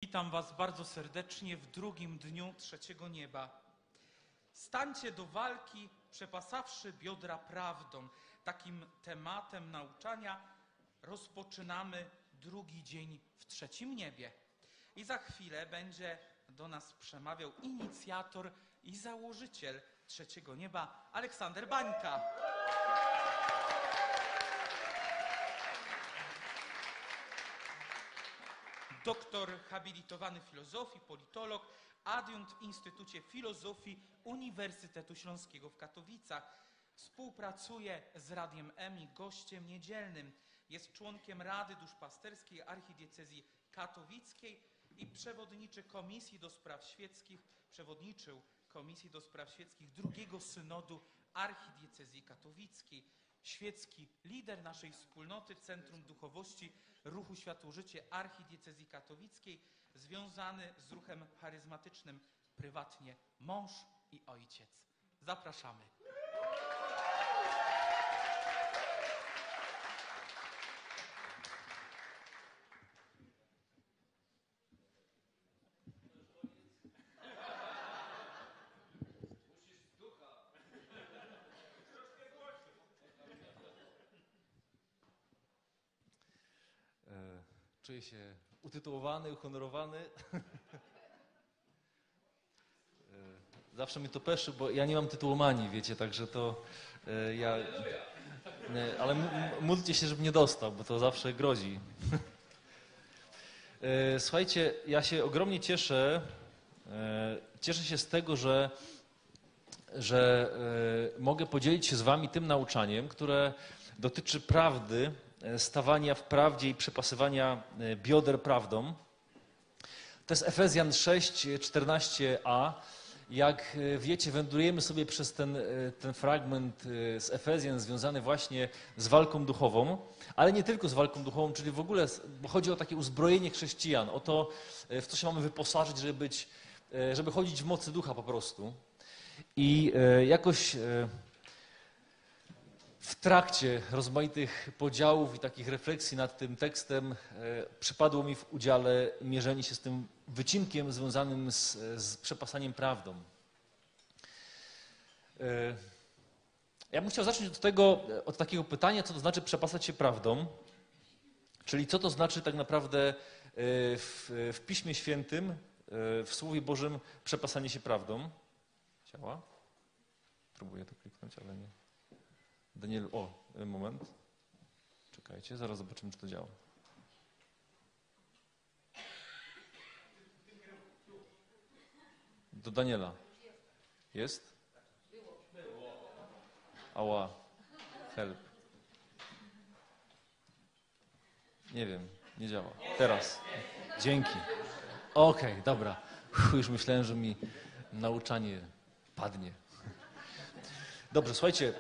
Witam Was bardzo serdecznie w drugim dniu trzeciego nieba. Stańcie do walki, przepasawszy biodra prawdą. Takim tematem nauczania rozpoczynamy drugi dzień w trzecim niebie. I za chwilę będzie do nas przemawiał inicjator i założyciel trzeciego nieba, Aleksander Bańka. Doktor habilitowany filozofii, politolog, adiunkt w Instytucie Filozofii Uniwersytetu Śląskiego w Katowicach. Współpracuje z Radiem M i gościem niedzielnym. Jest członkiem Rady Duszpasterskiej Archidiecezji Katowickiej i przewodniczył Komisji do Spraw Świeckich drugiego synodu Archidiecezji Katowickiej. Świecki lider naszej wspólnoty, Centrum Duchowości Ruchu Światło-Życie Archidiecezji Katowickiej, związany z ruchem charyzmatycznym prywatnie mąż i ojciec. Zapraszamy. Czuję się utytułowany, uhonorowany. Zawsze mi to peszy, bo ja nie mam tytułomanii, wiecie, także to ja... Ale módlcie się, żeby nie dostał, bo to zawsze grozi. Słuchajcie, ja się ogromnie cieszę. Cieszę się z tego, że mogę podzielić się z wami tym nauczaniem, które dotyczy prawdy, stawania w prawdzie i przepasywania bioder prawdą. To jest Efezjan 6, 14a. Jak wiecie, wędrujemy sobie przez ten fragment z Efezjan związany właśnie z walką duchową, ale nie tylko z walką duchową, czyli w ogóle, bo chodzi o takie uzbrojenie chrześcijan, o to, w co się mamy wyposażyć, żeby chodzić w mocy ducha po prostu. I jakoś w trakcie rozmaitych podziałów i takich refleksji nad tym tekstem przypadło mi w udziale mierzenie się z tym wycinkiem związanym z przepasaniem prawdą. Ja bym chciał zacząć od takiego pytania, co to znaczy przepasać się prawdą, czyli co to znaczy tak naprawdę w Piśmie Świętym, w Słowie Bożym przepasanie się prawdą. Działa? Próbuję to kliknąć, ale nie. Daniel, moment. Czekajcie, zaraz zobaczymy, czy to działa. Do Daniela. Jest? Ała. Help. Nie wiem, nie działa. Teraz. Dzięki. Okej, dobra. Już myślałem, że mi nauczanie padnie. Dobrze, słuchajcie.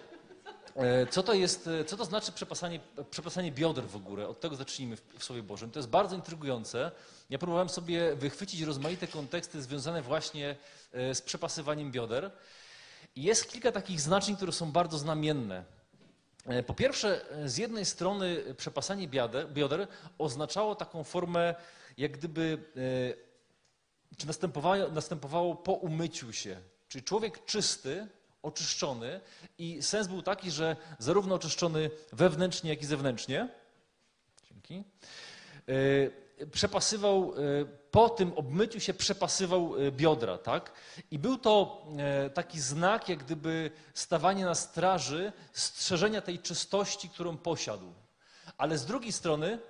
Co to znaczy przepasanie bioder w ogóle? Od tego zacznijmy w Słowie Bożym. To jest bardzo intrygujące. Ja próbowałem sobie wychwycić rozmaite konteksty związane właśnie z przepasywaniem bioder. I jest kilka takich znaczeń, które są bardzo znamienne. Po pierwsze, z jednej strony przepasanie bioder oznaczało taką formę, jak gdyby, czy następowało po umyciu się. Czyli człowiek czysty, oczyszczony i sens był taki, że zarówno oczyszczony wewnętrznie, jak i zewnętrznie, dzięki, przepasywał, po tym obmyciu się przepasywał biodra, tak? I był to taki znak, jak gdyby stawanie na straży, strzeżenia tej czystości, którą posiadł. Ale z drugiej strony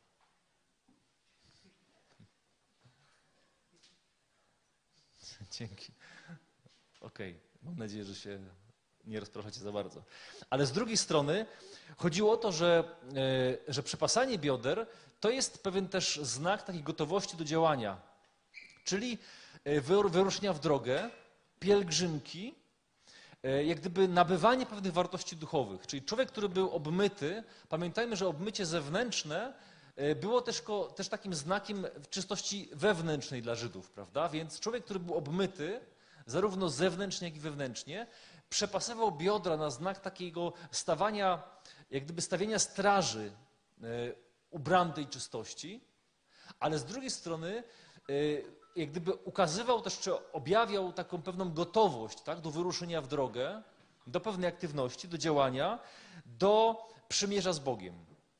dzięki. Okej. Mam nadzieję, że się nie rozpraszacie za bardzo. Ale z drugiej strony chodziło o to, że przepasanie bioder to jest pewien też znak takiej gotowości do działania. Czyli wyruszenia w drogę, pielgrzymki, jak gdyby nabywanie pewnych wartości duchowych. Czyli człowiek, który był obmyty, pamiętajmy, że obmycie zewnętrzne było też takim znakiem czystości wewnętrznej dla Żydów, prawda? Więc człowiek, który był obmyty, zarówno zewnętrznie, jak i wewnętrznie, przepasował biodra na znak takiego stawania, jak gdyby stawienia straży u bram tej czystości, ale z drugiej strony jak gdyby ukazywał też, czy objawiał taką pewną gotowość, tak, do wyruszenia w drogę, do pewnej aktywności, do działania, do przymierza z Bogiem.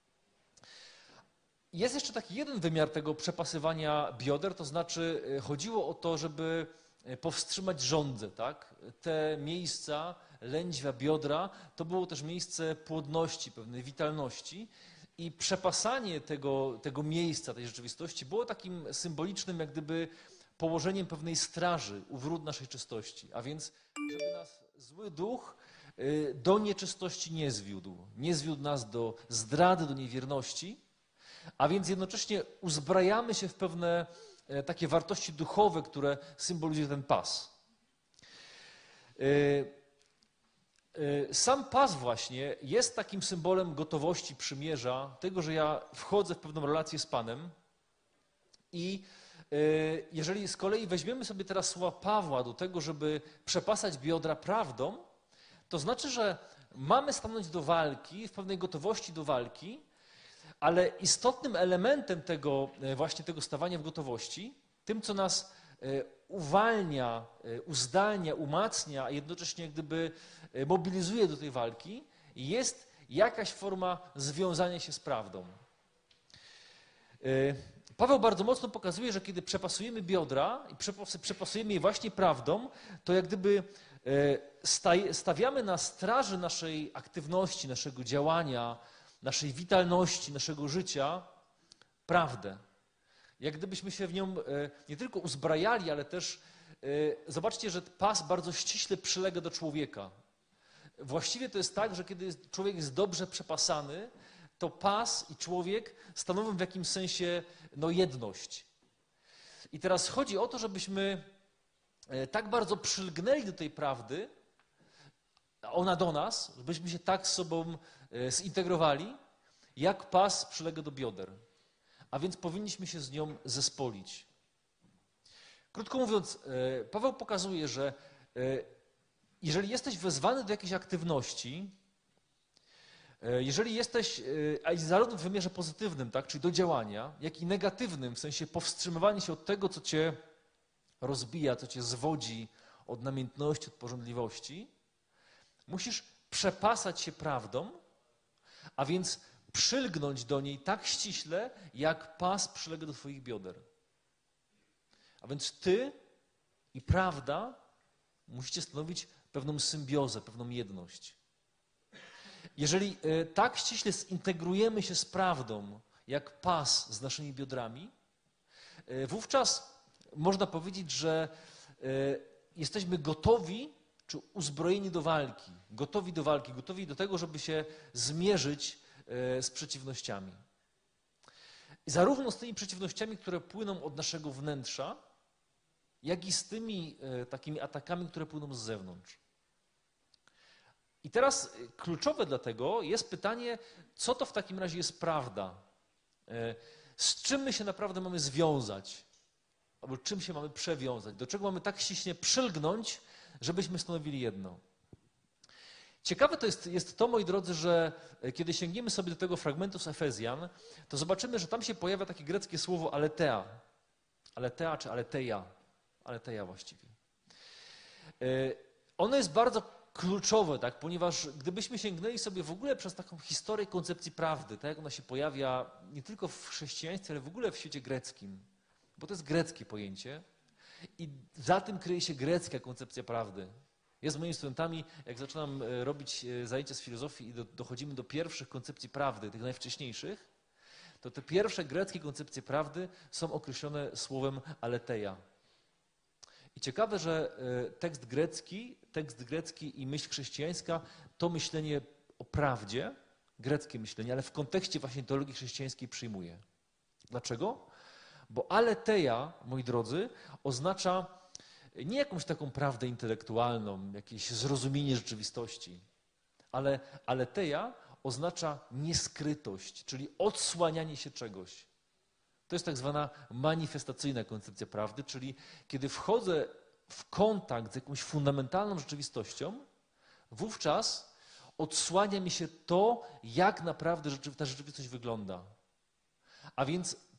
Jest jeszcze taki jeden wymiar tego przepasywania bioder, to znaczy chodziło o to, żeby powstrzymać żądzę, tak? Te miejsca, lędźwia, biodra, to było też miejsce płodności, pewnej witalności i przepasanie tego miejsca, tej rzeczywistości było takim symbolicznym jak gdyby położeniem pewnej straży u wrót naszej czystości, a więc żeby nas zły duch do nieczystości nie zwiódł nas do zdrady, do niewierności, a więc jednocześnie uzbrajamy się w pewne takie wartości duchowe, które symbolizuje ten pas. Sam pas właśnie jest takim symbolem gotowości przymierza, tego, że ja wchodzę w pewną relację z Panem i jeżeli z kolei weźmiemy sobie teraz słowa Pawła do tego, żeby przepasać biodra prawdą, to znaczy, że mamy stanąć do walki, w pewnej gotowości do walki, ale istotnym elementem tego stawania w gotowości, tym, co nas uwalnia, uzdalnia, umacnia, a jednocześnie jak gdyby mobilizuje do tej walki, jest jakaś forma związania się z prawdą. Paweł bardzo mocno pokazuje, że kiedy przepasujemy biodra i przepasujemy je właśnie prawdą, to jak gdyby stawiamy na straży naszej aktywności, naszego działania, naszej witalności, naszego życia prawdę. Jak gdybyśmy się w nią nie tylko uzbrajali, ale też zobaczcie, że pas bardzo ściśle przylega do człowieka. Właściwie to jest tak, że kiedy człowiek jest dobrze przepasany, to pas i człowiek stanowią w jakimś sensie jedność. I teraz chodzi o to, żebyśmy tak bardzo przylgnęli do tej prawdy, ona do nas, żebyśmy się tak z sobą zintegrowali, jak pas przylega do bioder. A więc powinniśmy się z nią zespolić. Krótko mówiąc, Paweł pokazuje, że jeżeli jesteś wezwany do jakiejś aktywności, jeżeli jesteś, a zarówno w wymiarze pozytywnym, tak, czyli do działania, jak i negatywnym, w sensie powstrzymywania się od tego, co cię rozbija, co cię zwodzi od namiętności, od pożądliwości, musisz przepasać się prawdą, a więc przylgnąć do niej tak ściśle, jak pas przylega do twoich bioder. A więc ty i prawda musicie stanowić pewną symbiozę, pewną jedność. Jeżeli tak ściśle zintegrujemy się z prawdą, jak pas z naszymi biodrami, wówczas można powiedzieć, że jesteśmy gotowi czy uzbrojeni do walki, gotowi do tego, żeby się zmierzyć z przeciwnościami. I zarówno z tymi przeciwnościami, które płyną od naszego wnętrza, jak i z tymi takimi atakami, które płyną z zewnątrz. I teraz kluczowe dlatego jest pytanie, co to w takim razie jest prawda? Z czym my się naprawdę mamy związać? Albo czym się mamy przewiązać? Do czego mamy tak ściśle przylgnąć, żebyśmy stanowili jedno? Ciekawe to jest to, moi drodzy, że kiedy sięgniemy sobie do tego fragmentu z Efezjan, to zobaczymy, że tam się pojawia takie greckie słowo aletea. Aletea czy aleteia. Aleteia właściwie. Ono jest bardzo kluczowe, tak, ponieważ gdybyśmy sięgnęli sobie w ogóle przez taką historię koncepcji prawdy, tak jak ona się pojawia nie tylko w chrześcijaństwie, ale w ogóle w świecie greckim, bo to jest greckie pojęcie i za tym kryje się grecka koncepcja prawdy. Ja z moimi studentami, jak zaczynam robić zajęcia z filozofii i dochodzimy do pierwszych koncepcji prawdy, tych najwcześniejszych, to te pierwsze greckie koncepcje prawdy są określone słowem aletheia. I ciekawe, że tekst grecki i myśl chrześcijańska to myślenie o prawdzie, greckie myślenie, ale w kontekście właśnie teologii chrześcijańskiej przyjmuje. Dlaczego? Bo aletheia, moi drodzy, oznacza nie jakąś taką prawdę intelektualną, jakieś zrozumienie rzeczywistości, ale aletheia oznacza nieskrytość, czyli odsłanianie się czegoś. To jest tak zwana manifestacyjna koncepcja prawdy, czyli kiedy wchodzę w kontakt z jakąś fundamentalną rzeczywistością, wówczas odsłania mi się to, jak naprawdę ta rzeczywistość wygląda. A więc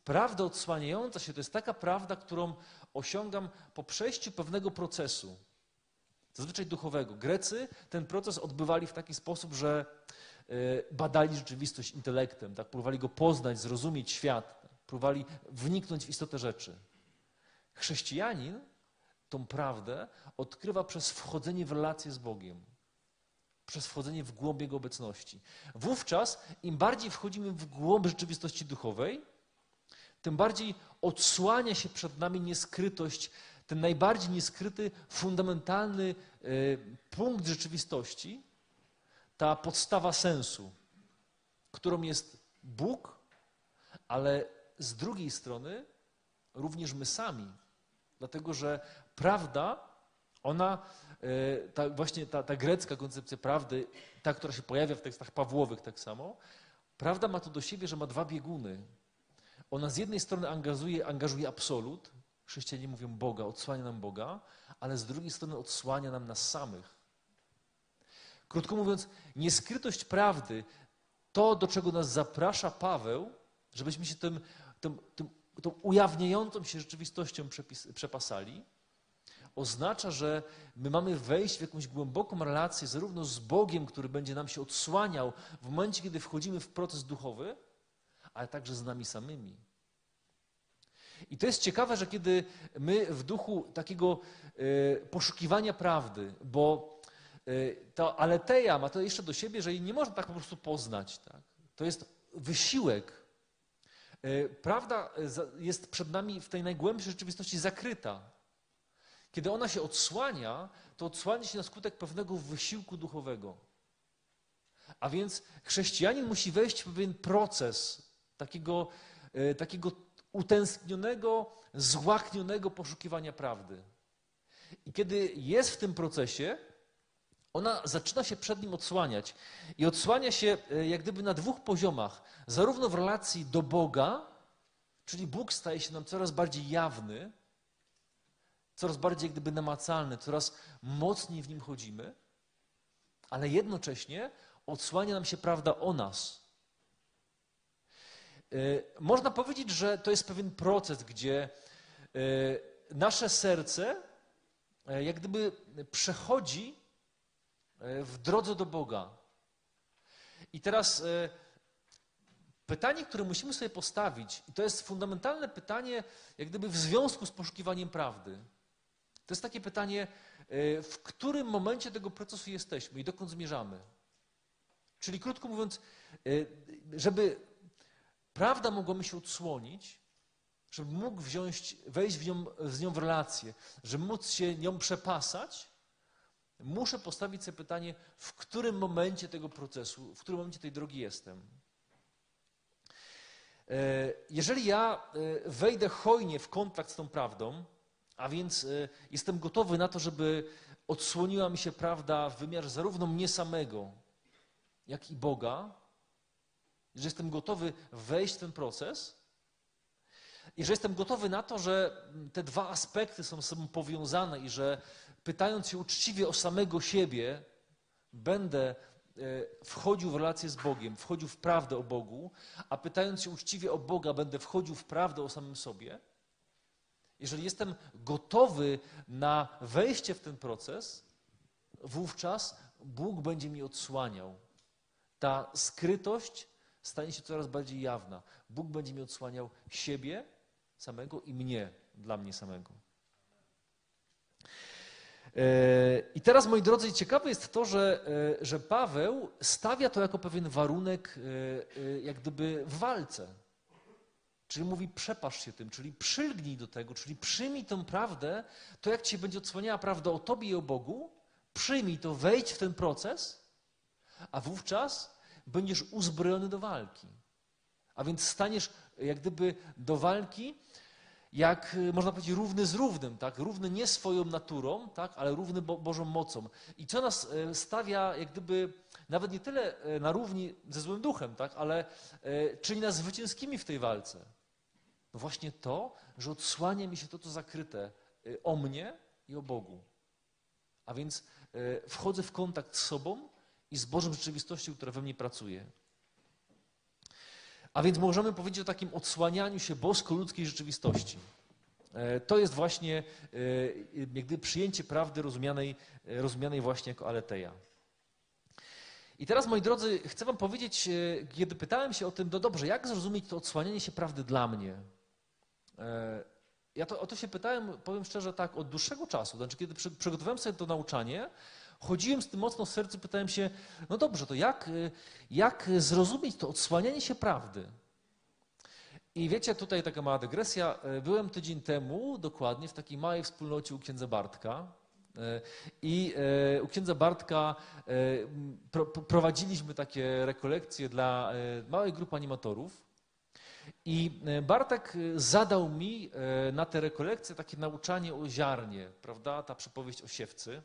prawda odsłaniająca się to jest taka prawda, którą osiągam po przejściu pewnego procesu, zazwyczaj duchowego. Grecy ten proces odbywali w taki sposób, że badali rzeczywistość intelektem, tak? Próbowali go poznać, zrozumieć świat, tak? Próbowali wniknąć w istotę rzeczy. Chrześcijanin tą prawdę odkrywa przez wchodzenie w relację z Bogiem, przez wchodzenie w głąb Jego obecności. Wówczas im bardziej wchodzimy w głąb rzeczywistości duchowej, tym bardziej odsłania się przed nami nieskrytość, ten najbardziej nieskryty, fundamentalny punkt rzeczywistości, ta podstawa sensu, którą jest Bóg, ale z drugiej strony również my sami. Dlatego, że prawda, ona, ta grecka koncepcja prawdy, ta, która się pojawia w tekstach Pawłowych tak samo, prawda ma to do siebie, że ma dwa bieguny. Ona z jednej strony angażuje absolut, chrześcijanie mówią Boga, odsłania nam Boga, ale z drugiej strony odsłania nam nas samych. Krótko mówiąc, nieskrytość prawdy, to do czego nas zaprasza Paweł, żebyśmy się tą ujawniającą się rzeczywistością przepasali, oznacza, że my mamy wejść w jakąś głęboką relację zarówno z Bogiem, który będzie nam się odsłaniał w momencie, kiedy wchodzimy w proces duchowy, ale także z nami samymi. I to jest ciekawe, że kiedy my w duchu takiego poszukiwania prawdy, bo ta aletheia ma to jeszcze do siebie, że jej nie można tak po prostu poznać. Tak? To jest wysiłek. Prawda jest przed nami w tej najgłębszej rzeczywistości zakryta. Kiedy ona się odsłania, to odsłania się na skutek pewnego wysiłku duchowego. A więc chrześcijanin musi wejść w pewien proces takiego utęsknionego, złaknionego poszukiwania prawdy. I kiedy jest w tym procesie, ona zaczyna się przed nim odsłaniać. I odsłania się jak gdyby na dwóch poziomach. Zarówno w relacji do Boga, czyli Bóg staje się nam coraz bardziej jawny, coraz bardziej jak gdyby namacalny, coraz mocniej w nim chodzimy, ale jednocześnie odsłania nam się prawda o nas. Można powiedzieć, że to jest pewien proces, gdzie nasze serce jak gdyby przechodzi w drodze do Boga. I teraz pytanie, które musimy sobie postawić, i to jest fundamentalne pytanie, jak gdyby w związku z poszukiwaniem prawdy. To jest takie pytanie, w którym momencie tego procesu jesteśmy i dokąd zmierzamy. Czyli krótko mówiąc, żeby prawda mogła mi się odsłonić, żeby mógł wejść z nią w relację, żeby móc się nią przepasać, muszę postawić sobie pytanie, w którym momencie tego procesu, w którym momencie tej drogi jestem. Jeżeli ja wejdę hojnie w kontakt z tą prawdą, a więc jestem gotowy na to, żeby odsłoniła mi się prawda w wymiarze zarówno mnie samego, jak i Boga, że jestem gotowy wejść w ten proces i że jestem gotowy na to, że te dwa aspekty są ze sobą powiązane i że pytając się uczciwie o samego siebie, będę wchodził w relację z Bogiem, wchodził w prawdę o Bogu, a pytając się uczciwie o Boga, będę wchodził w prawdę o samym sobie. Jeżeli jestem gotowy na wejście w ten proces, wówczas Bóg będzie mi odsłaniał. Ta skrytość stanie się coraz bardziej jawna. Bóg będzie mi odsłaniał siebie samego i mnie dla mnie samego. I teraz, moi drodzy, ciekawe jest to, że Paweł stawia to jako pewien warunek jak gdyby w walce. Czyli mówi, przepasz się tym, czyli przylgnij do tego, czyli przyjmij tę prawdę, to jak ci się będzie odsłaniała prawda o tobie i o Bogu, przyjmij to, wejdź w ten proces, a wówczas będziesz uzbrojony do walki. A więc staniesz jak gdyby do walki, jak można powiedzieć, równy z równym, tak? Równy nie swoją naturą, tak? Ale równy Bożą mocą. I co nas stawia jak gdyby nawet nie tyle na równi ze złym duchem, tak? Ale czyni nas zwycięskimi w tej walce. No właśnie to, że odsłania mi się to, co zakryte o mnie i o Bogu. A więc wchodzę w kontakt z sobą i z Bożą rzeczywistością, która we mnie pracuje. A więc możemy powiedzieć o takim odsłanianiu się bosko-ludzkiej rzeczywistości. To jest właśnie jak gdyby przyjęcie prawdy rozumianej właśnie jako aletheia. I teraz, moi drodzy, chcę wam powiedzieć, kiedy pytałem się o tym, no dobrze, jak zrozumieć to odsłanianie się prawdy dla mnie? Ja o to się pytałem, powiem szczerze, tak, od dłuższego czasu. Znaczy, kiedy przygotowałem sobie to nauczanie, chodziłem z tym mocno w sercu, pytałem się, no dobrze, to jak zrozumieć to odsłanianie się prawdy? I wiecie, tutaj taka mała dygresja. Byłem tydzień temu dokładnie w takiej małej wspólnocie u księdza Bartka. I u księdza Bartka prowadziliśmy takie rekolekcje dla małej grupy animatorów. I Bartek zadał mi na te rekolekcje takie nauczanie o ziarnie, prawda? Ta przypowieść o siewcy.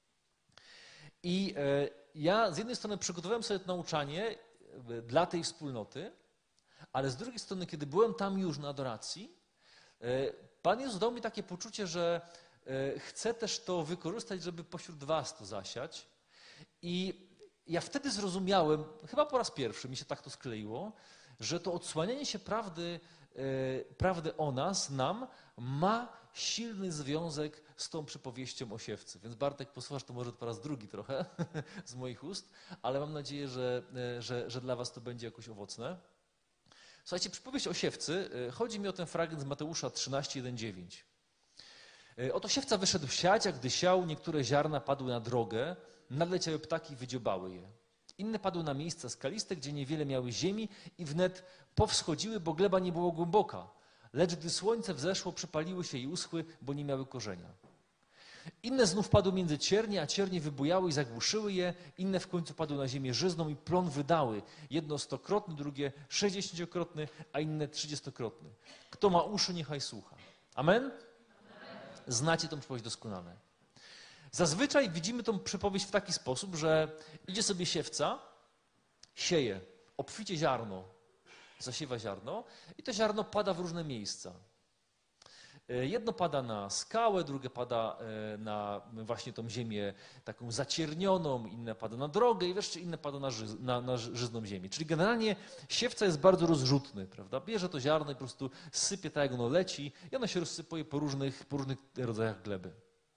I ja z jednej strony przygotowałem sobie to nauczanie dla tej wspólnoty, ale z drugiej strony, kiedy byłem tam już na adoracji, Pan Jezus dał mi takie poczucie, że chcę też to wykorzystać, żeby pośród was to zasiać. I ja wtedy zrozumiałem, chyba po raz pierwszy mi się tak to skleiło, że to odsłanianie się prawdy o nas, nam, ma silny związek z tą przypowieścią o siewcy. Więc Bartek, posłuchasz to może po raz drugi trochę z moich ust, ale mam nadzieję, że dla was to będzie jakoś owocne. Słuchajcie, przypowieść o siewcy, chodzi mi o ten fragment z Mateusza 13:1-9. Oto siewca wyszedł siać, a gdy siał, niektóre ziarna padły na drogę, nadleciały ptaki i wydziobały je. Inne padły na miejsca skaliste, gdzie niewiele miały ziemi i wnet powschodziły, bo gleba nie była głęboka. Lecz gdy słońce wzeszło, przypaliły się i uschły, bo nie miały korzenia. Inne znów padły między ciernie, a ciernie wybujały i zagłuszyły je. Inne w końcu padły na ziemię żyzną i plon wydały. Jedno 100-krotny, drugie 60-krotny, a inne 30-krotny. Kto ma uszy, niechaj słucha. Amen? Znacie tą przypowieść doskonale. Zazwyczaj widzimy tą przypowieść w taki sposób, że idzie sobie siewca, sieje obficie ziarno, zasiewa ziarno i to ziarno pada w różne miejsca. Jedno pada na skałę, drugie pada na właśnie tą ziemię taką zaciernioną, inne pada na drogę i wreszcie inne pada na żyzną ziemię. Czyli generalnie siewca jest bardzo rozrzutny, prawda? Bierze to ziarno i po prostu sypie tak, jak ono leci i ono się rozsypuje po różnych rodzajach gleby.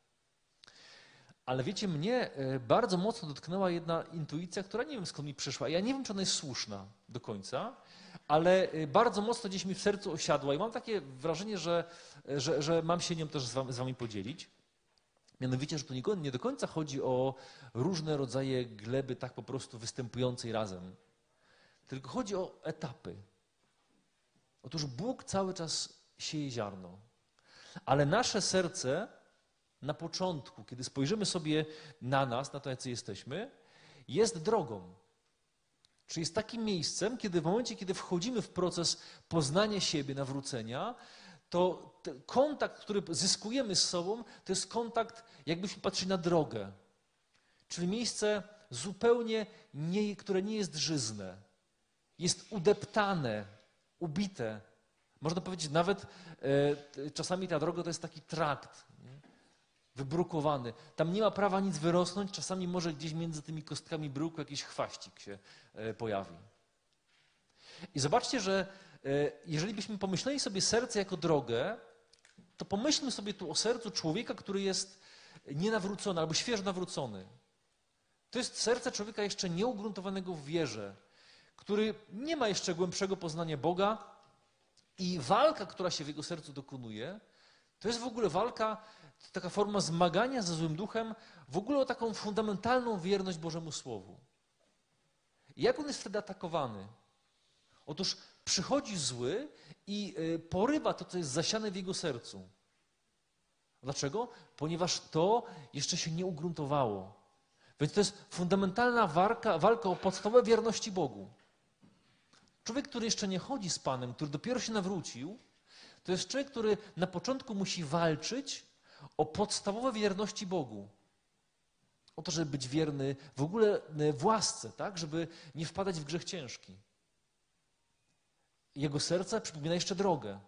Ale wiecie, mnie bardzo mocno dotknęła jedna intuicja, która nie wiem skąd mi przyszła. Ja nie wiem, czy ona jest słuszna do końca, ale bardzo mocno gdzieś mi w sercu osiadła i mam takie wrażenie, że mam się nią też z wami podzielić. Mianowicie, że tu nie do końca chodzi o różne rodzaje gleby tak po prostu występującej razem, tylko chodzi o etapy. Otóż Bóg cały czas sieje ziarno, ale nasze serce na początku, kiedy spojrzymy sobie na nas, na to, jacy jesteśmy, jest drogą. Czyli jest takim miejscem, kiedy w momencie, kiedy wchodzimy w proces poznania siebie, nawrócenia, to kontakt, który zyskujemy z sobą, to jest kontakt, jakbyśmy patrzyli na drogę. Czyli miejsce zupełnie, które nie jest żyzne. Jest udeptane, ubite. Można powiedzieć nawet, czasami ta droga to jest taki trakt, nie? Wybrukowany. Tam nie ma prawa nic wyrosnąć, czasami może gdzieś między tymi kostkami bruku jakiś chwaścik się pojawi. I zobaczcie, że jeżeli byśmy pomyśleli sobie serce jako drogę, to pomyślmy sobie tu o sercu człowieka, który jest nienawrócony albo świeżo nawrócony. To jest serce człowieka jeszcze nieugruntowanego w wierze, który nie ma jeszcze głębszego poznania Boga i walka, która się w jego sercu dokonuje, to jest w ogóle walka, taka forma zmagania ze złym duchem, w ogóle o taką fundamentalną wierność Bożemu Słowu. I jak on jest wtedy atakowany? Otóż przychodzi zły i porywa to, co jest zasiane w jego sercu. Dlaczego? Ponieważ to jeszcze się nie ugruntowało. Więc to jest fundamentalna walka o podstawę wierności Bogu. Człowiek, który jeszcze nie chodzi z Panem, który dopiero się nawrócił, to jest człowiek, który na początku musi walczyć o podstawowe wierności Bogu. O to, żeby być wierny w ogóle w łasce, tak? Żeby nie wpadać w grzech ciężki. Jego serce przypomina jeszcze drogę.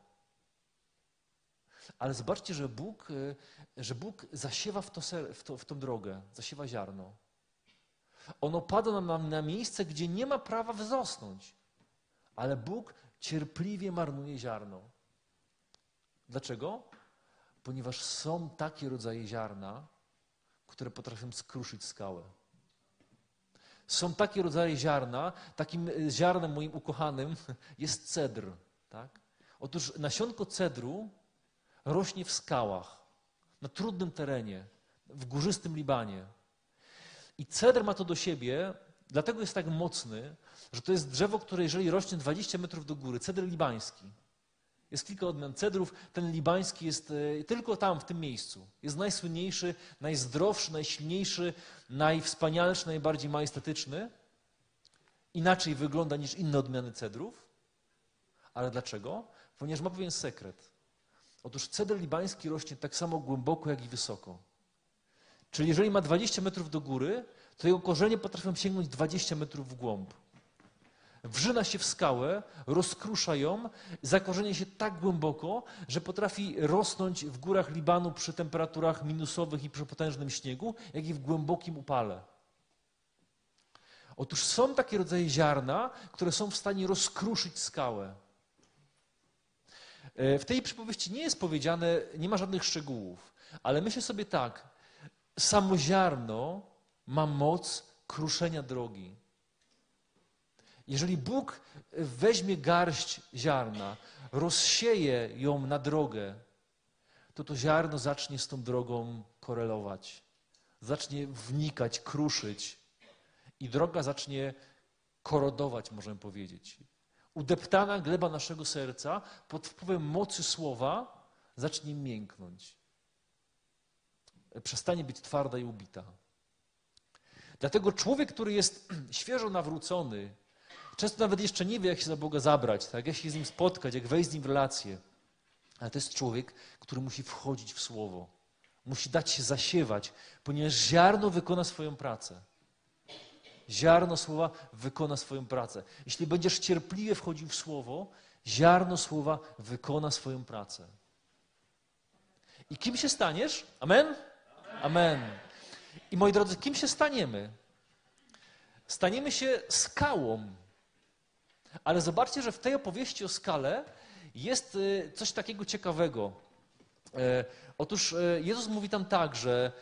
Ale zobaczcie, że Bóg zasiewa w tą drogę, zasiewa ziarno. Ono pada nam na miejsce, gdzie nie ma prawa wzrosnąć. Ale Bóg cierpliwie marnuje ziarno. Dlaczego? Ponieważ są takie rodzaje ziarna, które potrafią skruszyć skałę. Są takie rodzaje ziarna, takim ziarnem moim ukochanym jest cedr. Tak? Otóż nasionko cedru rośnie w skałach, na trudnym terenie, w górzystym Libanie. I cedr ma to do siebie, dlatego jest tak mocny, że to jest drzewo, które jeżeli rośnie 20 metrów do góry, cedr libański. Jest kilka odmian cedrów, ten libański jest tylko tam, w tym miejscu. Jest najsłynniejszy, najzdrowszy, najsilniejszy, najwspanialszy, najbardziej majestatyczny. Inaczej wygląda niż inne odmiany cedrów. Ale dlaczego? Ponieważ ma pewien sekret. Otóż cedr libański rośnie tak samo głęboko, jak i wysoko. Czyli jeżeli ma 20 metrów do góry, to jego korzenie potrafią sięgnąć 20 metrów w głąb. Wrzyna się w skałę, rozkrusza ją, zakorzenia się tak głęboko, że potrafi rosnąć w górach Libanu przy temperaturach minusowych i przy potężnym śniegu, jak i w głębokim upale. Otóż są takie rodzaje ziarna, które są w stanie rozkruszyć skałę. W tej przypowieści nie jest powiedziane, nie ma żadnych szczegółów, ale myślę sobie tak, samo ziarno ma moc kruszenia drogi. Jeżeli Bóg weźmie garść ziarna, rozsieje ją na drogę, to to ziarno zacznie z tą drogą korelować, zacznie wnikać, kruszyć i droga zacznie korodować, możemy powiedzieć. Udeptana gleba naszego serca pod wpływem mocy słowa zacznie mięknąć. Przestanie być twarda i ubita. Dlatego człowiek, który jest świeżo nawrócony, często nawet jeszcze nie wie, jak się za Boga zabrać, tak? Jak się z Nim spotkać, jak wejść z Nim w relację. Ale to jest człowiek, który musi wchodzić w Słowo. Musi dać się zasiewać, ponieważ ziarno wykona swoją pracę. Ziarno Słowa wykona swoją pracę. Jeśli będziesz cierpliwie wchodził w Słowo, ziarno Słowa wykona swoją pracę. I kim się staniesz? Amen? Amen. I moi drodzy, kim się staniemy? Staniemy się skałą. Ale zobaczcie, że w tej opowieści o skale jest coś takiego ciekawego. Otóż Jezus mówi tam tak, że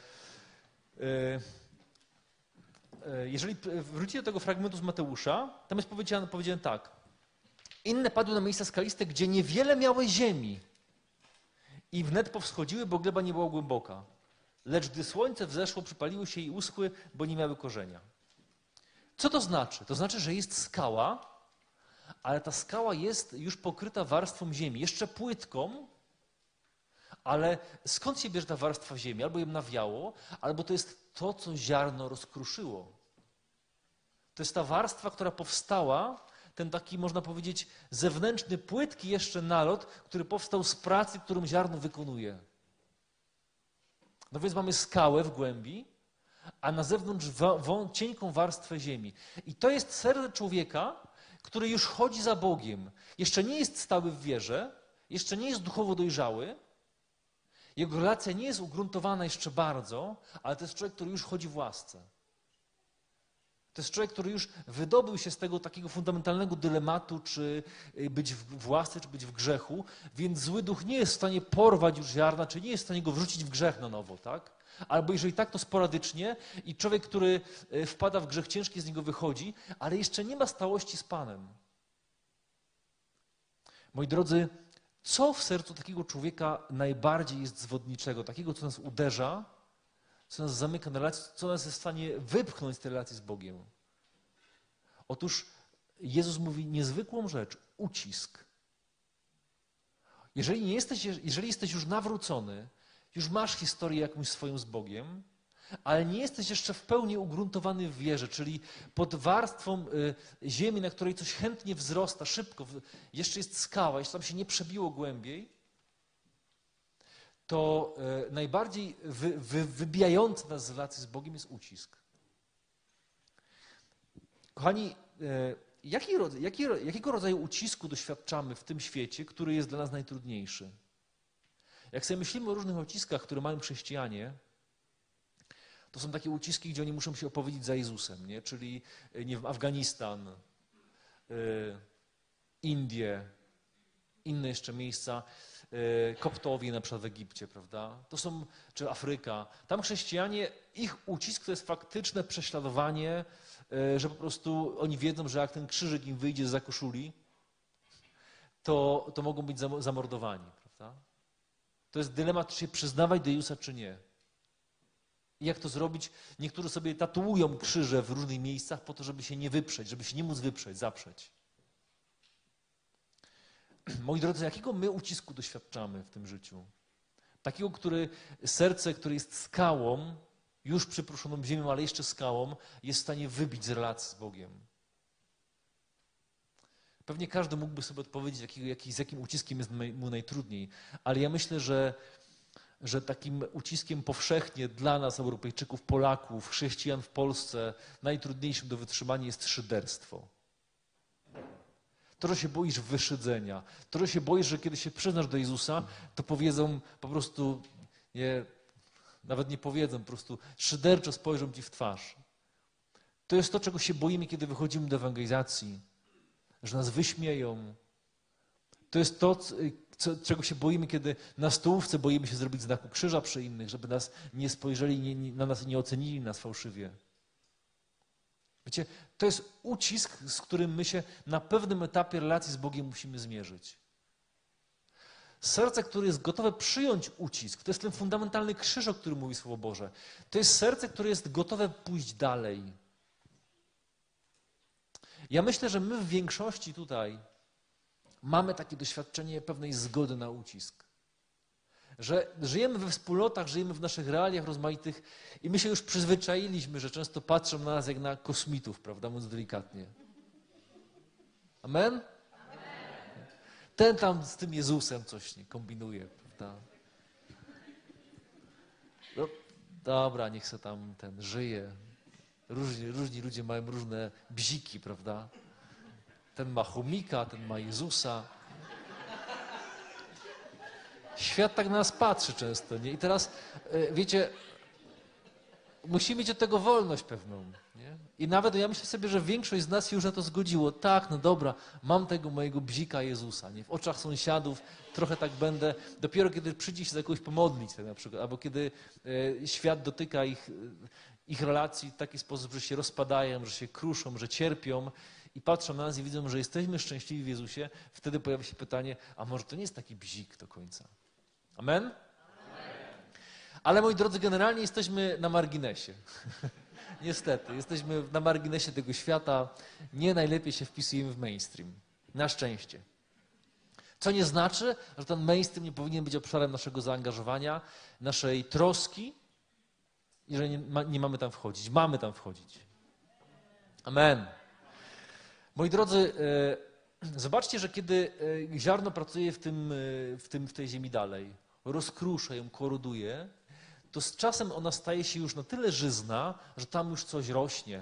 jeżeli wrócicie do tego fragmentu z Mateusza, tam jest powiedziane tak. Inne padły na miejsca skaliste, gdzie niewiele miały ziemi i wnet powschodziły, bo gleba nie była głęboka. Lecz gdy słońce wzeszło, przypaliły się i uschły, bo nie miały korzenia. Co to znaczy? To znaczy, że jest skała, ale ta skała jest już pokryta warstwą ziemi, jeszcze płytką, ale skąd się bierze ta warstwa ziemi? Albo ją nawiało, albo to jest to, co ziarno rozkruszyło. To jest ta warstwa, która powstała, ten taki, można powiedzieć, zewnętrzny, płytki jeszcze nalot, który powstał z pracy, którą ziarno wykonuje. No więc mamy skałę w głębi, a na zewnątrz cienką warstwę ziemi. I to jest serce człowieka, który już chodzi za Bogiem. Jeszcze nie jest stały w wierze, jeszcze nie jest duchowo dojrzały. Jego relacja nie jest ugruntowana jeszcze bardzo, ale to jest człowiek, który już chodzi w łasce. To jest człowiek, który już wydobył się z tego takiego fundamentalnego dylematu, czy być w łasce, czy być w grzechu, więc zły duch nie jest w stanie porwać już ziarna, czy nie jest w stanie go wrzucić w grzech na nowo, tak? Albo jeżeli tak, to sporadycznie i człowiek, który wpada w grzech ciężki, z niego wychodzi, ale jeszcze nie ma stałości z Panem. Moi drodzy, co w sercu takiego człowieka najbardziej jest zwodniczego, takiego, co nas uderza, co nas zamyka na relację, co nas jest w stanie wypchnąć z tej relacji z Bogiem? Otóż Jezus mówi niezwykłą rzecz, ucisk. Jeżeli jesteś już nawrócony, już masz historię jakąś swoją z Bogiem, ale nie jesteś jeszcze w pełni ugruntowany w wierze, czyli pod warstwą ziemi, na której coś chętnie wzrasta szybko, jeszcze jest skała, jeszcze tam się nie przebiło głębiej, to najbardziej wybijający nas z relacji z Bogiem jest ucisk. Kochani, jakiego rodzaju ucisku doświadczamy w tym świecie, który jest dla nas najtrudniejszy? Jak sobie myślimy o różnych uciskach, które mają chrześcijanie, to są takie uciski, gdzie oni muszą się opowiedzieć za Jezusem, nie? Czyli nie wiem, Afganistan, Indie, inne jeszcze miejsca, Koptowie na przykład w Egipcie, prawda? To są, czy Afryka. Tam chrześcijanie, ich ucisk to jest faktyczne prześladowanie, że po prostu oni wiedzą, że jak ten krzyżyk im wyjdzie zza koszuli, to mogą być zamordowani, prawda? To jest dylemat, czy się przyznawać do Jezusa, czy nie. I jak to zrobić? Niektórzy sobie tatuują krzyże w różnych miejscach po to, żeby się nie wyprzeć, żeby się nie móc wyprzeć, zaprzeć. Moi drodzy, jakiego my ucisku doświadczamy w tym życiu? Takiego, serce, które jest skałą, już przypruszoną ziemią, ale jeszcze skałą, jest w stanie wybić z relacji z Bogiem. Pewnie każdy mógłby sobie odpowiedzieć, z jakim uciskiem jest mu najtrudniej, ale ja myślę, że takim uciskiem powszechnie dla nas, Europejczyków, Polaków, chrześcijan w Polsce, najtrudniejszym do wytrzymania jest szyderstwo. To, że się boisz wyszydzenia, to, że się boisz, że kiedy się przyznasz do Jezusa, to powiedzą po prostu, nawet nie powiedzą, po prostu szyderczo spojrzą ci w twarz. To jest to, czego się boimy, kiedy wychodzimy do ewangelizacji, że nas wyśmieją. To jest to, czego się boimy, kiedy na stołówce boimy się zrobić znaku krzyża przy innych, żeby nas nie spojrzeli na nas i nie ocenili nas fałszywie. Wiecie, to jest ucisk, z którym my się na pewnym etapie relacji z Bogiem musimy zmierzyć. Serce, które jest gotowe przyjąć ucisk, to jest ten fundamentalny krzyż, o którym mówi Słowo Boże. To jest serce, które jest gotowe pójść dalej. Ja myślę, że my w większości tutaj mamy takie doświadczenie pewnej zgody na ucisk. Że żyjemy we wspólnotach, żyjemy w naszych realiach rozmaitych i my się już przyzwyczailiśmy, że często patrzą na nas jak na kosmitów, prawda, mówiąc delikatnie. Amen? Ten tam z tym Jezusem coś nie kombinuje, prawda? No, dobra, niech se tam ten żyje. Różni ludzie mają różne bziki, prawda? Ten ma chomika, ten ma Jezusa. Świat tak na nas patrzy często, nie? I teraz, wiecie, musimy mieć od tego wolność pewną, nie? I nawet ja myślę sobie, że większość z nas się już na to zgodziło. Tak, no dobra, mam tego mojego bzika Jezusa, nie? W oczach sąsiadów trochę tak będę, dopiero kiedy przyjdzie się za kogoś pomodlić, tak na przykład, albo kiedy świat dotyka ich relacji w taki sposób, że się rozpadają, że się kruszą, że cierpią i patrzą na nas i widzą, że jesteśmy szczęśliwi w Jezusie, wtedy pojawia się pytanie, a może to nie jest taki bzik do końca? Amen? Ale moi drodzy, generalnie jesteśmy na marginesie. Niestety, jesteśmy na marginesie tego świata. Nie najlepiej się wpisujemy w mainstream. Na szczęście. Co nie znaczy, że ten mainstream nie powinien być obszarem naszego zaangażowania, naszej troski i że nie mamy tam wchodzić. Mamy tam wchodzić. Amen. Moi drodzy, zobaczcie, że kiedy ziarno pracuje w tej ziemi dalej, rozkrusza ją, koroduje, to z czasem ona staje się już na tyle żyzna, że tam już coś rośnie.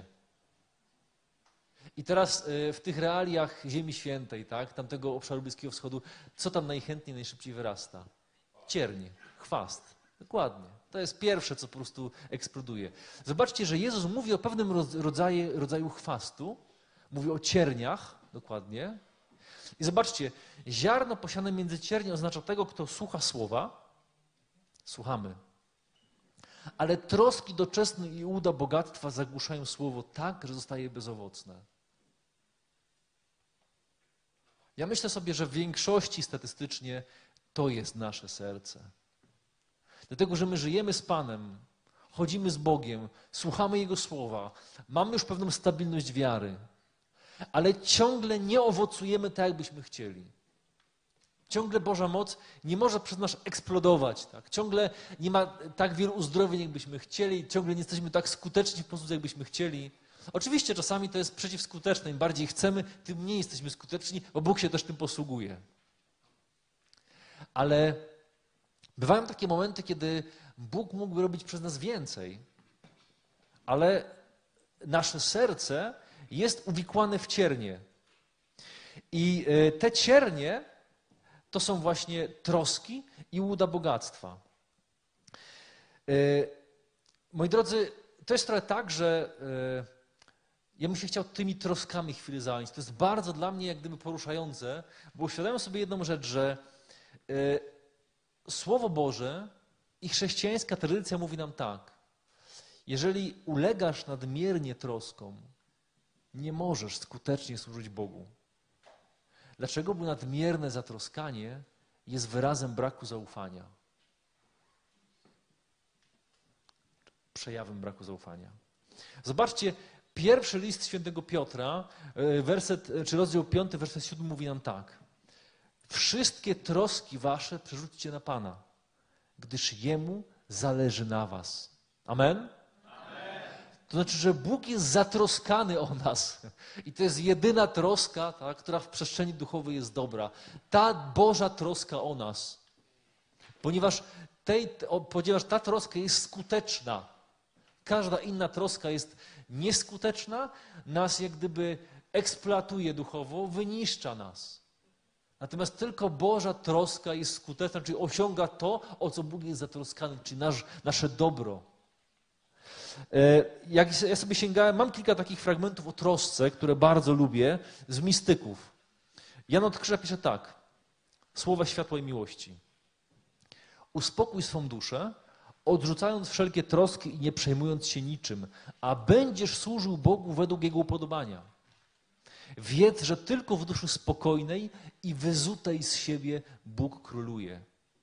I teraz w tych realiach Ziemi Świętej, tak, tamtego obszaru Bliskiego Wschodu, co tam najchętniej, najszybciej wyrasta? Ciernie, chwast. Dokładnie. To jest pierwsze, co po prostu eksploduje. Zobaczcie, że Jezus mówi o pewnym rodzaju chwastu, mówi o cierniach, dokładnie. I zobaczcie, ziarno posiane między ciernie oznacza tego, kto słucha słowa. Słuchamy. Ale troski doczesne i uda bogactwa zagłuszają słowo tak, że zostaje bezowocne. Ja myślę sobie, że w większości statystycznie to jest nasze serce. Dlatego, że my żyjemy z Panem, chodzimy z Bogiem, słuchamy Jego słowa, mamy już pewną stabilność wiary, ale ciągle nie owocujemy tak, jakbyśmy chcieli. Ciągle Boża moc nie może przez nas eksplodować. Tak? Ciągle nie ma tak wielu uzdrowień, jakbyśmy chcieli, ciągle nie jesteśmy tak skuteczni w sposób, jakbyśmy chcieli. Oczywiście czasami to jest przeciwskuteczne. Im bardziej chcemy, tym mniej jesteśmy skuteczni, bo Bóg się też tym posługuje. Ale bywają takie momenty, kiedy Bóg mógłby robić przez nas więcej, ale nasze serce jest uwikłane w ciernie. I te ciernie to są właśnie troski i łuda bogactwa. Moi drodzy, to jest trochę tak, że Ja bym się chciał tymi troskami chwilę zająć. To jest bardzo dla mnie jak gdyby poruszające, bo uświadamiam sobie jedną rzecz, że Słowo Boże i chrześcijańska tradycja mówi nam tak. Jeżeli ulegasz nadmiernie troskom, nie możesz skutecznie służyć Bogu. Dlaczego? Bo nadmierne zatroskanie jest wyrazem braku zaufania. Przejawem braku zaufania. Zobaczcie, pierwszy list świętego Piotra, rozdział 5, werset 7 mówi nam tak. Wszystkie troski wasze przerzućcie na Pana, gdyż Jemu zależy na was. Amen? To znaczy, że Bóg jest zatroskany o nas. I to jest jedyna troska, ta, która w przestrzeni duchowej jest dobra. Ta Boża troska o nas. Ponieważ ta troska jest skuteczna. Każda inna troska jest nieskuteczna, nas jak gdyby eksploatuje duchowo, wyniszcza nas. Natomiast tylko Boża troska jest skuteczna, czyli osiąga to, o co Bóg jest zatroskany, czyli nasze dobro. Jak ja sobie sięgałem, mam kilka takich fragmentów o trosce, które bardzo lubię, z mistyków. Jan od Krzyża pisze tak, słowa światła i miłości. Uspokój swą duszę, odrzucając wszelkie troski i nie przejmując się niczym, a będziesz służył Bogu według Jego upodobania. Wiedz, że tylko w duszy spokojnej i wyzutej z siebie Bóg króluje.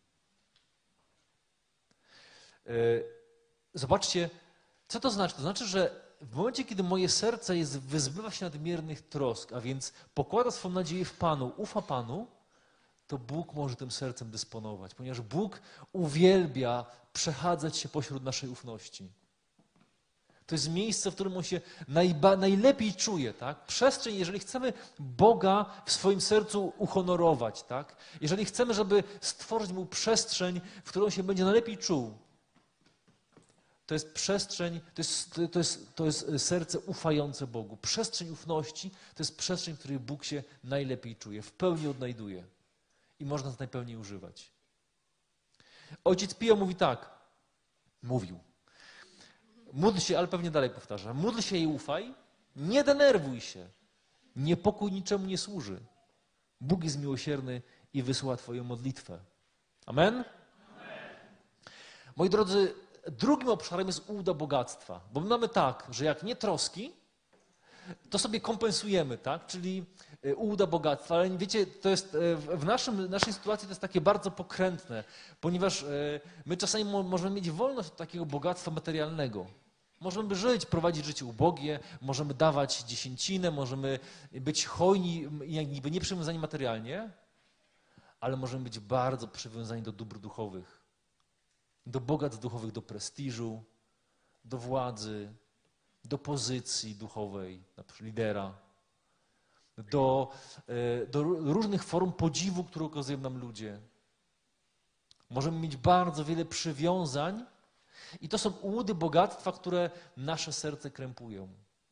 Zobaczcie, co to znaczy? To znaczy, że w momencie, kiedy moje serce wyzbywa się nadmiernych trosk, a więc pokłada swą nadzieję w Panu, ufa Panu, to Bóg może tym sercem dysponować, ponieważ Bóg uwielbia przechadzać się pośród naszej ufności. To jest miejsce, w którym on się najlepiej czuje. Tak? Przestrzeń, jeżeli chcemy Boga w swoim sercu uhonorować, tak? Jeżeli chcemy, żeby stworzyć Mu przestrzeń, w którą się będzie najlepiej czuł, to jest przestrzeń, to jest serce ufające Bogu. Przestrzeń ufności to jest przestrzeń, w której Bóg się najlepiej czuje, w pełni odnajduje i można to najpełniej używać. Ojciec Pio mówi tak, mówił, módl się, ale pewnie dalej powtarza, módl się i ufaj, nie denerwuj się, niepokój niczemu nie służy. Bóg jest miłosierny i wysłucha twoją modlitwę. Amen? Moi drodzy, drugim obszarem jest ułuda bogactwa, bo my mamy tak, że jak nie troski, to sobie kompensujemy, tak? Czyli ułuda bogactwa, ale wiecie, to jest w naszej sytuacji to jest takie bardzo pokrętne, ponieważ my czasami możemy mieć wolność od takiego bogactwa materialnego. Możemy żyć, prowadzić życie ubogie, możemy dawać dziesięcinę, możemy być hojni, niby nie przywiązani materialnie, ale możemy być bardzo przywiązani do dóbr duchowych, do bogactw duchowych, do prestiżu, do władzy, do pozycji duchowej, na przykład lidera, do różnych form podziwu, które okazują nam ludzie. Możemy mieć bardzo wiele przywiązań i to są ułudy bogactwa, które nasze serce krępują.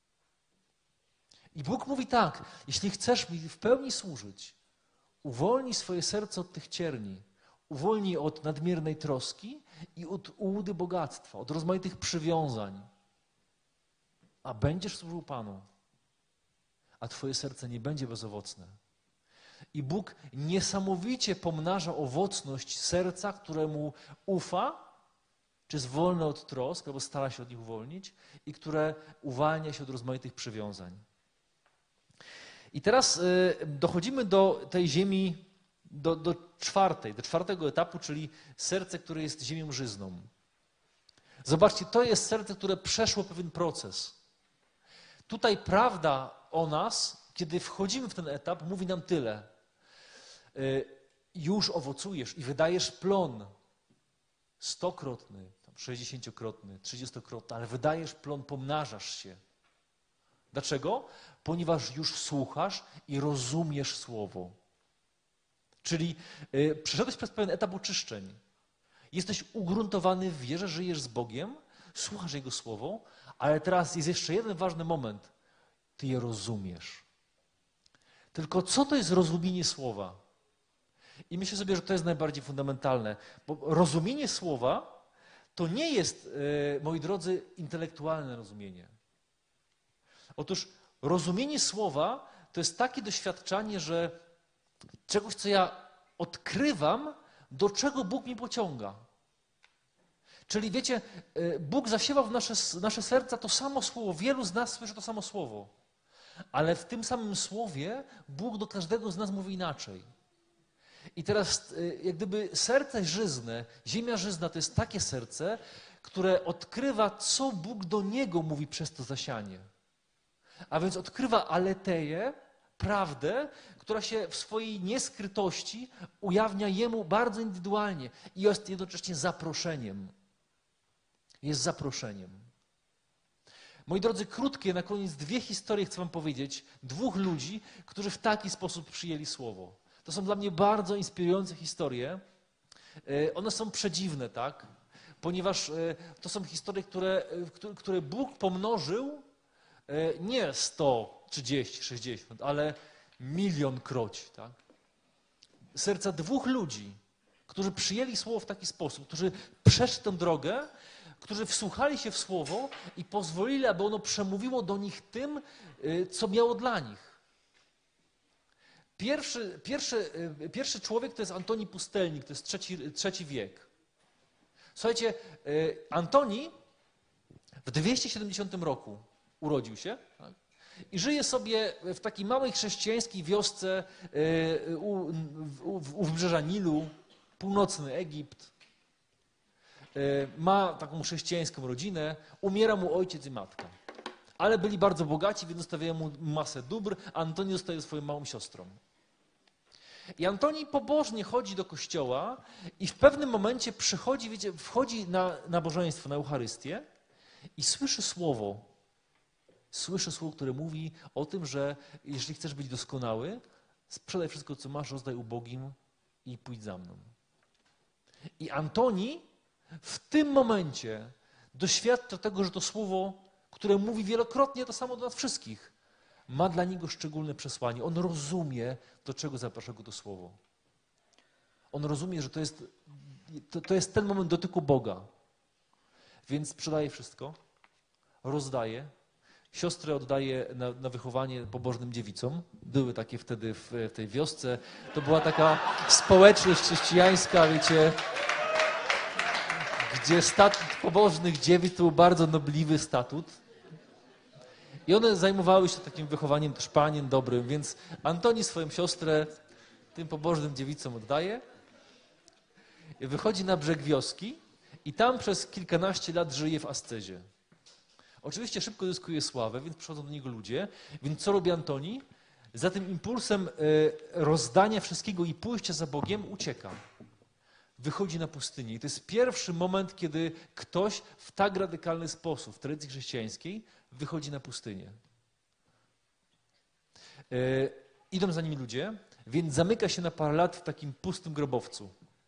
I Bóg mówi tak, jeśli chcesz mi w pełni służyć, uwolnij swoje serce od tych cierni, uwolnij od nadmiernej troski i od ułudy bogactwa, od rozmaitych przywiązań, a będziesz służył Panu, a twoje serce nie będzie bezowocne. I Bóg niesamowicie pomnaża owocność serca, któremu ufa, czy jest wolne od trosk, albo stara się od nich uwolnić, i które uwalnia się od rozmaitych przywiązań. I teraz dochodzimy do tej ziemi, do czwartego etapu, czyli serce, które jest ziemią żyzną. Zobaczcie, to jest serce, które przeszło pewien proces. Tutaj prawda o nas, kiedy wchodzimy w ten etap, mówi nam tyle. Już owocujesz i wydajesz plon 100-krotny, 60-krotny, 30-krotny, ale wydajesz plon, pomnażasz się. Dlaczego? Ponieważ już słuchasz i rozumiesz Słowo. Czyli przeszedłeś przez pewien etap oczyszczeń. Jesteś ugruntowany w wierze, żyjesz z Bogiem, słuchasz Jego Słowo, ale teraz jest jeszcze jeden ważny moment. Ty je rozumiesz. Tylko co to jest rozumienie Słowa? I myślę sobie, że to jest najbardziej fundamentalne, bo rozumienie Słowa to nie jest, moi drodzy, intelektualne rozumienie. Otóż rozumienie słowa to jest takie doświadczanie, że czegoś, co ja odkrywam, do czego Bóg mnie pociąga. Czyli wiecie, Bóg zasiewał w nasze serca to samo słowo. Wielu z nas słyszy to samo słowo. Ale w tym samym słowie Bóg do każdego z nas mówi inaczej. I teraz jak gdyby serce żyzne, ziemia żyzna to jest takie serce, które odkrywa, co Bóg do niego mówi przez to zasianie. A więc odkrywa aleteję, prawdę, która się w swojej nieskrytości ujawnia jemu bardzo indywidualnie i jest jednocześnie zaproszeniem. Jest zaproszeniem. Moi drodzy, krótkie, na koniec 2 historie chcę wam powiedzieć. 2 ludzi, którzy w taki sposób przyjęli słowo. To są dla mnie bardzo inspirujące historie. One są przedziwne, tak? Ponieważ to są historie, które Bóg pomnożył nie 100, 30, 60, ale 1 000 000-kroć. Tak? Serca 2 ludzi, którzy przyjęli słowo w taki sposób, którzy przeszli tę drogę, którzy wsłuchali się w słowo i pozwolili, aby ono przemówiło do nich tym, co miało dla nich. Pierwszy człowiek to jest Antoni Pustelnik, to jest III wiek. Słuchajcie, Antoni w 270 roku urodził się, tak? I żyje sobie w takiej małej chrześcijańskiej wiosce u wybrzeża Nilu, północny Egipt. Ma taką chrześcijańską rodzinę, umiera mu ojciec i matka. Ale byli bardzo bogaci, więc zostawiają mu masę dóbr, a Antoni zostaje swoją małą siostrą. I Antoni pobożnie chodzi do kościoła i w pewnym momencie przychodzi, wiecie, wchodzi na nabożeństwo, na Eucharystię i słyszy słowo. Słyszy słowo, które mówi o tym, że jeśli chcesz być doskonały, sprzedaj wszystko, co masz, rozdaj ubogim i pójdź za mną. I Antoni w tym momencie doświadcza tego, że to słowo, które mówi wielokrotnie to samo do nas wszystkich, ma dla niego szczególne przesłanie. On rozumie, do czego zaprasza go to słowo. On rozumie, że to jest ten moment dotyku Boga. Więc sprzedaje wszystko, rozdaje, siostrę oddaje na wychowanie pobożnym dziewicom. Były takie wtedy w tej wiosce. To była taka społeczność chrześcijańska, wiecie, gdzie statut pobożnych dziewic to był bardzo nobliwy statut. I one zajmowały się takim wychowaniem też panien dobrym, więc Antoni swoją siostrę tym pobożnym dziewicom oddaje. Wychodzi na brzeg wioski i tam przez kilkanaście lat żyje w ascezie. Oczywiście szybko zyskuje sławę, więc przychodzą do niego ludzie. Więc co robi Antoni? Za tym impulsem rozdania wszystkiego i pójścia za Bogiem ucieka. Wychodzi na pustynię. I to jest pierwszy moment, kiedy ktoś w tak radykalny sposób w tradycji chrześcijańskiej wychodzi na pustynię. Idą za nim ludzie, więc zamyka się na parę lat w takim pustym grobowcu.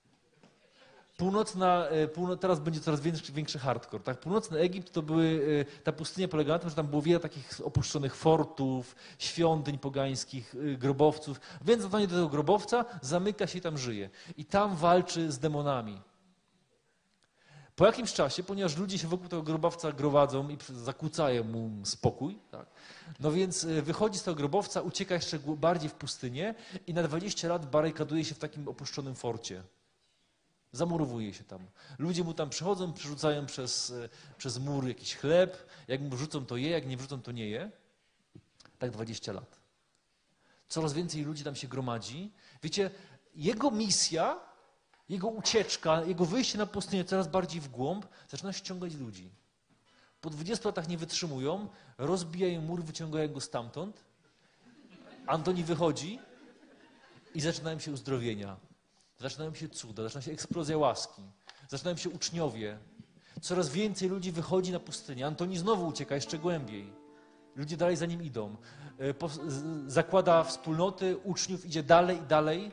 Teraz będzie coraz większy hardcore. Tak? Północny Egipt to ta pustynia polegała na tym, że tam było wiele takich opuszczonych fortów, świątyń pogańskich, grobowców. Więc zadzwoni do tego grobowca, zamyka się i tam żyje. I tam walczy z demonami. Po jakimś czasie, ponieważ ludzie się wokół tego grobowca gromadzą i zakłócają mu spokój, tak? No więc wychodzi z tego grobowca, ucieka jeszcze bardziej w pustynię i na 20 lat barykaduje się w takim opuszczonym forcie. Zamurowuje się tam. Ludzie mu tam przychodzą, przerzucają przez mur jakiś chleb. Jak mu wrzucą, to je, jak nie wrzucą, to nie je. Tak 20 lat. Coraz więcej ludzi tam się gromadzi. Wiecie, jego misja, jego ucieczka, jego wyjście na pustynię coraz bardziej w głąb zaczyna ściągać ludzi. Po 20 latach nie wytrzymują, rozbijają mur, wyciągają go stamtąd. Antoni wychodzi i zaczynają się uzdrowienia. Zaczynają się cuda, zaczyna się eksplozja łaski, zaczynają się uczniowie. Coraz więcej ludzi wychodzi na pustynię. Antoni znowu ucieka jeszcze głębiej. Ludzie dalej za nim idą. Zakłada wspólnoty uczniów, idzie dalej i dalej.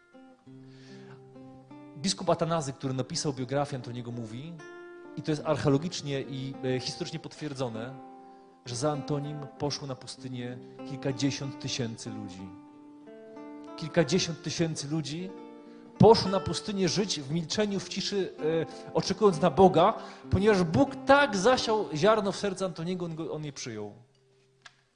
Biskup Atanazy, który napisał biografię Antoniego, mówi, i to jest archeologicznie i historycznie potwierdzone, że za Antonim poszło na pustynię kilkadziesiąt tysięcy ludzi. Kilkadziesiąt tysięcy ludzi poszło na pustynię żyć w milczeniu, w ciszy, oczekując na Boga, ponieważ Bóg tak zasiał ziarno w serce Antoniego, on je przyjął.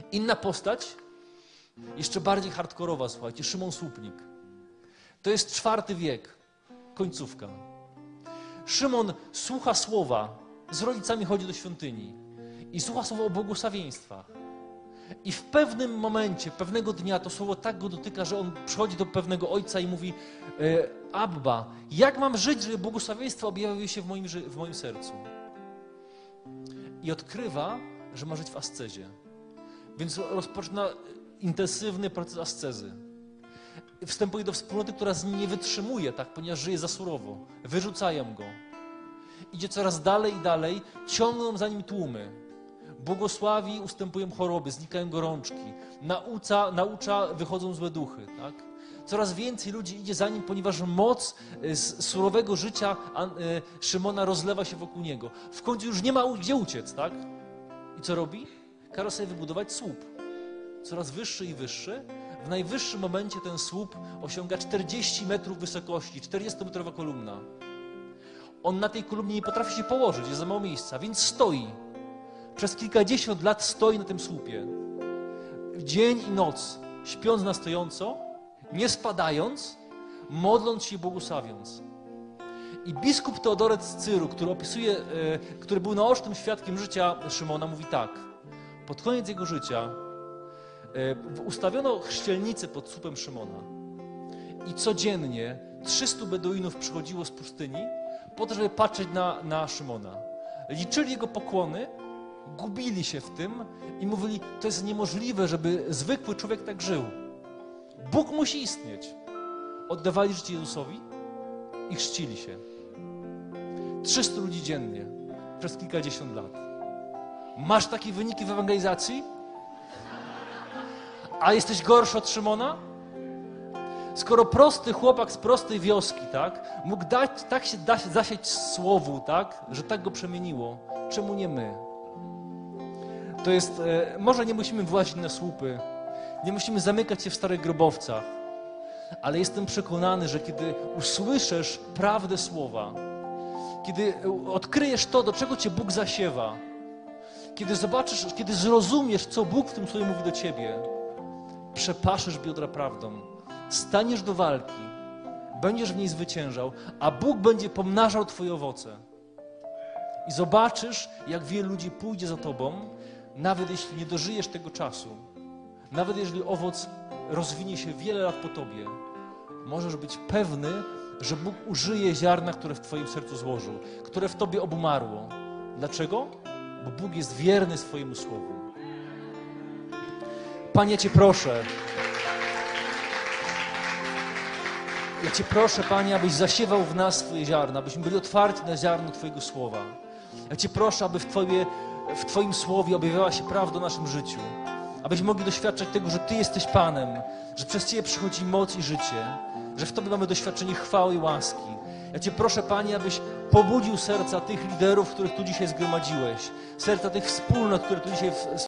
Inna postać, jeszcze bardziej hardkorowa, słuchajcie, Szymon Słupnik. To jest IV wiek, końcówka. Szymon słucha słowa, z rodzicami chodzi do świątyni i słucha słowa o błogosławieństwach. I w pewnym momencie, pewnego dnia to słowo tak go dotyka, że on przychodzi do pewnego ojca i mówi: Abba, jak mam żyć, żeby błogosławieństwa objawiły się w moim sercu? I odkrywa, że ma żyć w ascezie. Więc rozpoczyna intensywny proces ascezy. Wstępuje do wspólnoty, która z nim nie wytrzymuje, tak, ponieważ żyje za surowo. Wyrzucają go. Idzie coraz dalej i dalej, ciągną za nim tłumy. Błogosławi, ustępują choroby, znikają gorączki. Naucza, wychodzą złe duchy. Tak? Coraz więcej ludzi idzie za nim, ponieważ moc z surowego życia Szymona rozlewa się wokół niego. W końcu już nie ma gdzie uciec. Tak? I co robi? Każe sobie wybudować słup. Coraz wyższy i wyższy. W najwyższym momencie ten słup osiąga 40 metrów wysokości, 40-metrowa kolumna. On na tej kolumnie nie potrafi się położyć, jest za mało miejsca, więc stoi. Przez kilkadziesiąt lat stoi na tym słupie. Dzień i noc, śpiąc na stojąco, nie spadając, modląc się i błogosławiąc. I biskup Teodoret z Cyru, który był naocznym świadkiem życia Szymona, mówi tak. Pod koniec jego życia ustawiono chrzcielnicę pod słupem Szymona. I codziennie 300 Beduinów przychodziło z pustyni po to, żeby patrzeć na Szymona. Liczyli jego pokłony, gubili się w tym i mówili, to jest niemożliwe, żeby zwykły człowiek tak żył. Bóg musi istnieć. Oddawali życie Jezusowi i chrzcili się. 300 ludzi dziennie przez kilkadziesiąt lat. Masz takie wyniki w ewangelizacji? A jesteś gorszy od Szymona? Skoro prosty chłopak z prostej wioski, tak, mógł tak się zasiać słowu, tak, że tak go przemieniło, czemu nie my? To jest, może nie musimy włazić na słupy, nie musimy zamykać się w starych grobowcach, ale jestem przekonany, że kiedy usłyszysz prawdę słowa, kiedy odkryjesz to, do czego cię Bóg zasiewa, kiedy zobaczysz, kiedy zrozumiesz, co Bóg w tym słowie mówi do ciebie, przepaszysz biodra prawdą, staniesz do walki, będziesz w niej zwyciężał, a Bóg będzie pomnażał twoje owoce. I zobaczysz, jak wielu ludzi pójdzie za tobą, nawet jeśli nie dożyjesz tego czasu, nawet jeżeli owoc rozwinie się wiele lat po tobie, możesz być pewny, że Bóg użyje ziarna, które w twoim sercu złożył, które w tobie obumarło. Dlaczego? Bo Bóg jest wierny swojemu słowu. Panie, ja Cię proszę, Panie, abyś zasiewał w nas swoje ziarna, abyśmy byli otwarci na ziarno Twojego słowa. Ja Cię proszę, aby w Twoim słowie objawiała się prawda o naszym życiu, abyśmy mogli doświadczać tego, że Ty jesteś Panem, że przez Ciebie przychodzi moc i życie, że w Tobie mamy doświadczenie chwały i łaski. Ja Cię proszę, Panie, abyś pobudził serca tych liderów, których tu dzisiaj zgromadziłeś, serca tych wspólnot, które tu dzisiaj